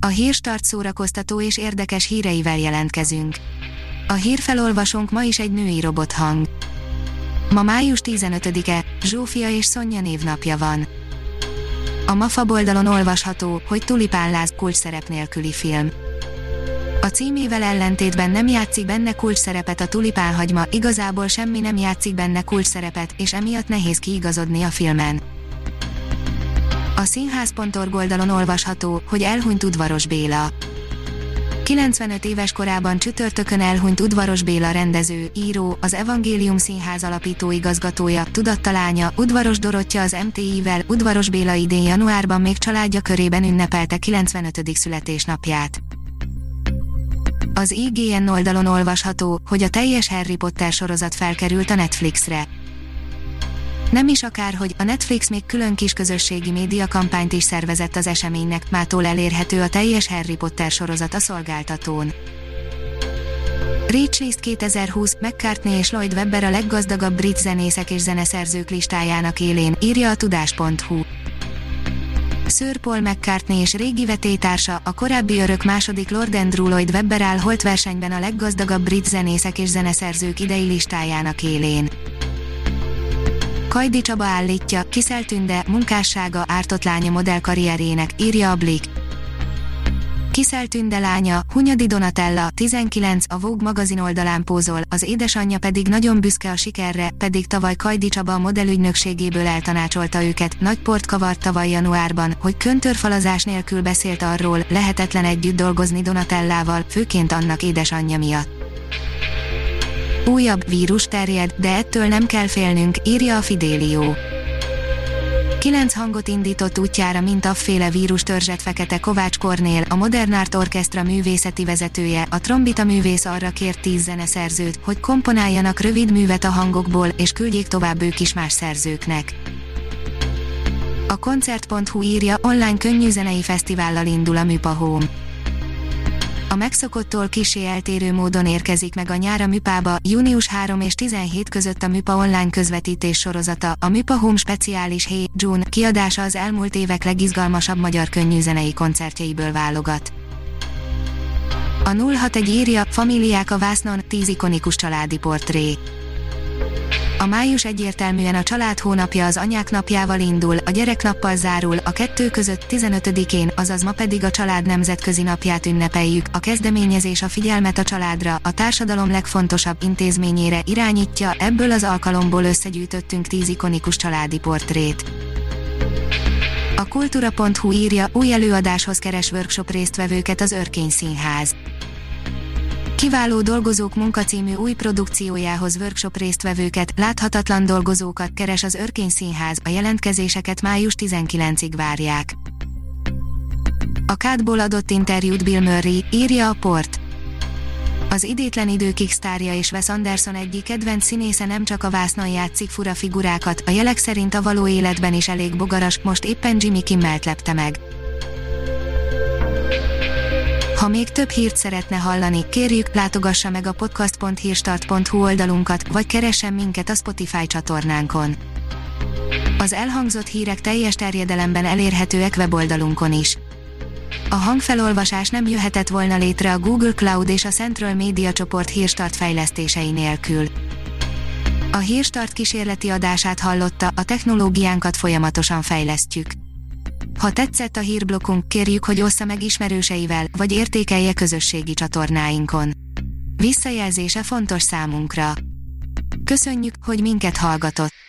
A Hírstart szórakoztató és érdekes híreivel jelentkezünk. A hírfelolvasónk ma is egy női robothang. Ma május 15-e, Zsófia és Szonya névnapja van. A MAFA oldalon olvasható, hogy Tulipánláz kulcsszerep nélküli film. A címével ellentétben nem játszik benne kulcsszerepet a tulipánhagyma, igazából semmi nem játszik benne kulcsszerepet, és emiatt nehéz kiigazodni a filmen. A színház.org oldalon olvasható, hogy elhunyt Udvaros Béla. 95 éves korában csütörtökön elhunyt Udvaros Béla rendező, író, az Evangélium Színház alapító igazgatója, tudattalánya, Udvaros Dorottya az MTI-vel. Udvaros Béla idén januárban még családja körében ünnepelte 95. születésnapját. Az IGN oldalon olvasható, hogy a teljes Harry Potter sorozat felkerült a Netflixre. Nem is akárhogy, a Netflix még külön kis közösségi médiakampányt is szervezett az eseménynek, mától elérhető a teljes Harry Potter sorozat a szolgáltatón. Reachlist 2020, McCartney és Lloyd Webber a leggazdagabb brit zenészek és zeneszerzők listájának élén, írja a tudás.hu. Sir Paul McCartney és régi vetétársa, a korábbi örök második Lord Andrew Lloyd Webber áll holtversenyben a leggazdagabb brit zenészek és zeneszerzők idei listájának élén. Kajdi Csaba állítja, Kiszel Tünde, munkássága ártott lánya modell karrierjének, írja a Blick. Kiszel Tünde lánya, Hunyadi Donatella, 19, a Vogue magazin oldalán pózol, az édesanyja pedig nagyon büszke a sikerre, pedig tavaly Kajdi Csaba a modellügynökségéből eltanácsolta őket, nagy port kavart tavaly januárban, hogy köntörfalazás nélkül beszélt arról, lehetetlen együtt dolgozni Donatellával, főként annak édesanyja miatt. Újabb vírus terjed, de ettől nem kell félnünk, írja a Fidelio. 9 hangot indított útjára Mintaf-féle vírustörzset Fekete Kovács Kornél, a Modern Art Orchestra művészeti vezetője, a trombita művész arra kért 10 zeneszerzőt, hogy komponáljanak rövid művet a hangokból, és küldjék tovább ők is más szerzőknek. A koncert.hu írja, online könnyűzenei fesztivállal indul a Műpa Home. A megszokottól kissé eltérő módon érkezik meg a nyár a Műpába, június 3 és 17 között a Műpa online közvetítés sorozata, a Műpa Home speciális Hey June kiadása az elmúlt évek legizgalmasabb magyar könnyűzenei koncertjeiből válogat. A 061 írja, Familiák a vásznon, 10 ikonikus családi portré. A május egyértelműen a család hónapja, az anyák napjával indul, a gyereknappal zárul, a kettő között 15-én, azaz ma pedig a család nemzetközi napját ünnepeljük. A kezdeményezés a figyelmet a családra, a társadalom legfontosabb intézményére irányítja, ebből az alkalomból összegyűjtöttünk 10 ikonikus családi portrét. A kultúra.hu írja, új előadáshoz keres workshop résztvevőket az Örkény Színház. Kiváló dolgozók munkacímű új produkciójához workshop résztvevőket, láthatatlan dolgozókat keres az Örkény Színház, a jelentkezéseket május 19-ig várják. A Kádból adott interjút Bill Murray, írja a Port. Az idétlen időkig sztárja és Wes Anderson egyik kedvenc színésze nem csak a vásznon játszik fura figurákat, a jelek szerint a való életben is elég bogaras, most éppen Jimmy Kimmelt lepte meg. Ha még több hírt szeretne hallani, kérjük, látogassa meg a podcast.hírstart.hu oldalunkat, vagy keressen minket a Spotify csatornánkon. Az elhangzott hírek teljes terjedelemben elérhetőek weboldalunkon is. A hangfelolvasás nem jöhetett volna létre a Google Cloud és a Central Media csoport Hírstart fejlesztései nélkül. A Hírstart kísérleti adását hallotta, a technológiánkat folyamatosan fejlesztjük. Ha tetszett a hírblokkunk, kérjük, hogy ossza meg ismerőseivel, vagy értékelje közösségi csatornáinkon. Visszajelzése fontos számunkra. Köszönjük, hogy minket hallgatott!